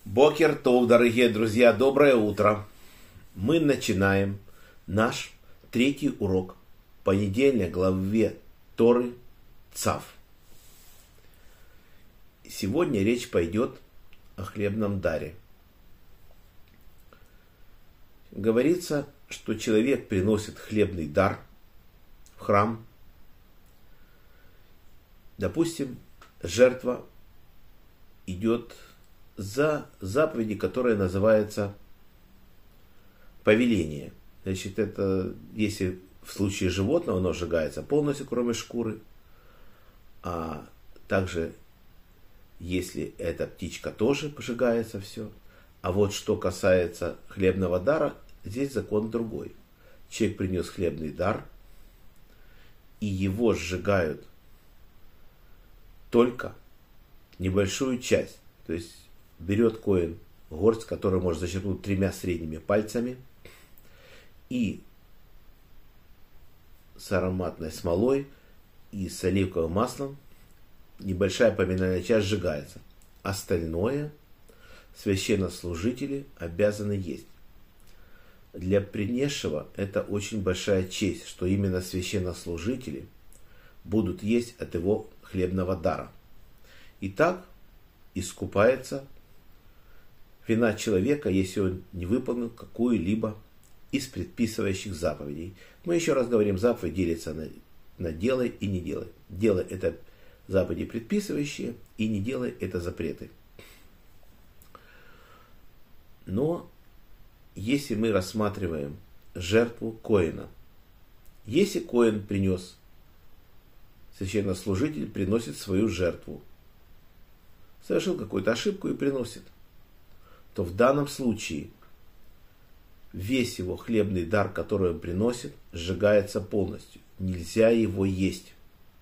Бокер Тов, дорогие друзья, доброе утро. Мы начинаем наш третий урок по недельной главе Торы Цав. Сегодня речь пойдет о хлебном даре. Говорится, что человек приносит хлебный дар в храм. Допустим, жертва идет за заповеди, которая называется повеление. Значит, это если в случае животного оно сжигается полностью, кроме шкуры, а также если эта птичка тоже пожигается все. А вот что касается хлебного дара, здесь закон другой. Человек принес хлебный дар, и его сжигают только небольшую часть. То есть берет коэн горсть, которую может зачерпнуть 3 средними пальцами, и с ароматной смолой и с оливковым маслом небольшая поминальная часть сжигается. Остальное священнослужители обязаны есть. Для принесшего это очень большая честь, что именно священнослужители будут есть от его хлебного дара. И так искупается вина человека, если он не выполнил какую-либо из предписывающих заповедей. Мы еще раз говорим, заповедь делится на делай и не делай. Делай — это заповеди предписывающие, и не делай — это запреты. Но если мы рассматриваем жертву коэна, если коэн принес, священнослужитель приносит свою жертву, совершил какую-то ошибку и приносит, то в данном случае весь его хлебный дар, который он приносит, сжигается полностью. Нельзя его есть.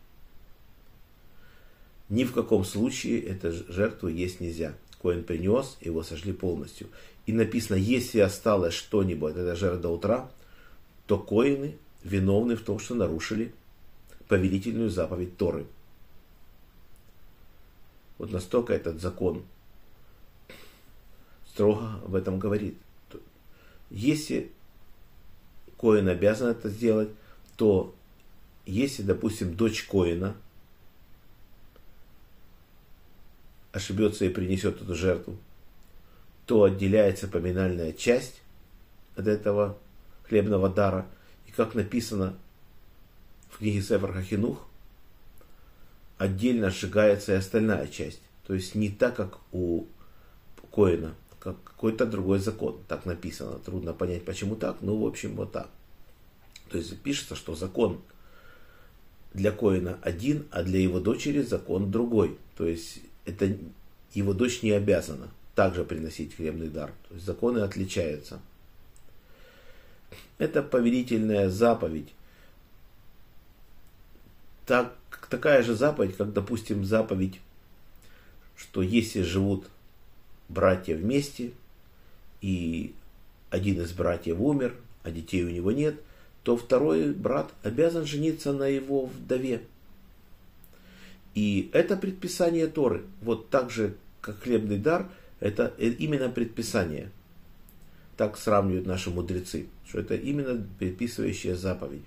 Ни в каком случае эту жертву есть нельзя. Коэн принес, его сожгли полностью. И написано, если осталось что-нибудь от этой жертвы до утра, то коэны виновны в том, что нарушили повелительную заповедь Торы. Вот настолько этот закон строго об этом говорит. Если коэн обязан это сделать, то если, допустим, дочь коэна ошибется и принесет эту жертву, то отделяется поминальная часть от этого хлебного дара. И как написано в книге Сефер Хахинух, отдельно сжигается и остальная часть. То есть не так, как у коэна, как какой-то другой закон. Так написано. Трудно понять, почему так, но в общем вот так. То есть пишется, что закон для коэна один, а для его дочери закон другой. То есть это его дочь не обязана также приносить хлебный дар. То есть законы отличаются. Это повелительная заповедь. Такая же заповедь, как, допустим, заповедь, что если живут братья вместе, и один из братьев умер, а детей у него нет, то второй брат обязан жениться на его вдове. И это предписание Торы. Вот так же, как хлебный дар, это именно предписание. Так сравнивают наши мудрецы, что это именно предписывающая заповедь.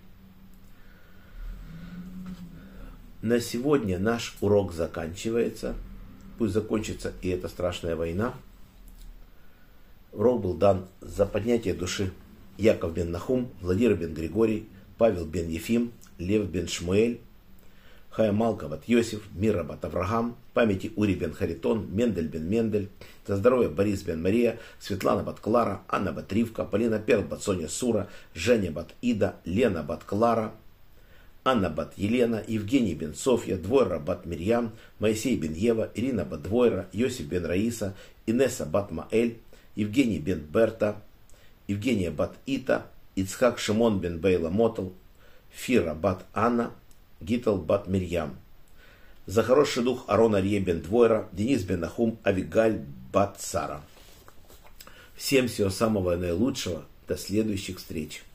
На сегодня наш урок заканчивается. Пусть закончится и эта страшная война. Урок был дан за поднятие души Яков бен Нахум, Владимир бен Григорий, Павел бен Ефим, Лев бен Шмуэль, Хая Малка бат Йосиф, Мира бат Авраам, памяти Ури бен Харитон, Мендель бен Мендель, за здоровье Борис бен Мария, Светлана бат Клара, Анна бат Ривка, Полина Перл бат Соня Сура, Женя бат Ида, Лена бат Клара, Анна бат Елена, Евгений бен Софья, Двойра бат Мирьям, Моисей бен Ева, Ирина бат Двойра, Йосиф бен Раиса, Инесса бат Маэль, Евгений бен Берта, Евгения бат Ита, Ицхак Шимон бен Бейла Мотл, Фира бат Анна, Гитал бат Мирьям. За хороший дух Арон Арье бен Двойра, Денис бен Нахум, Авигаль бат Сара. Всем всего самого наилучшего. До следующих встреч.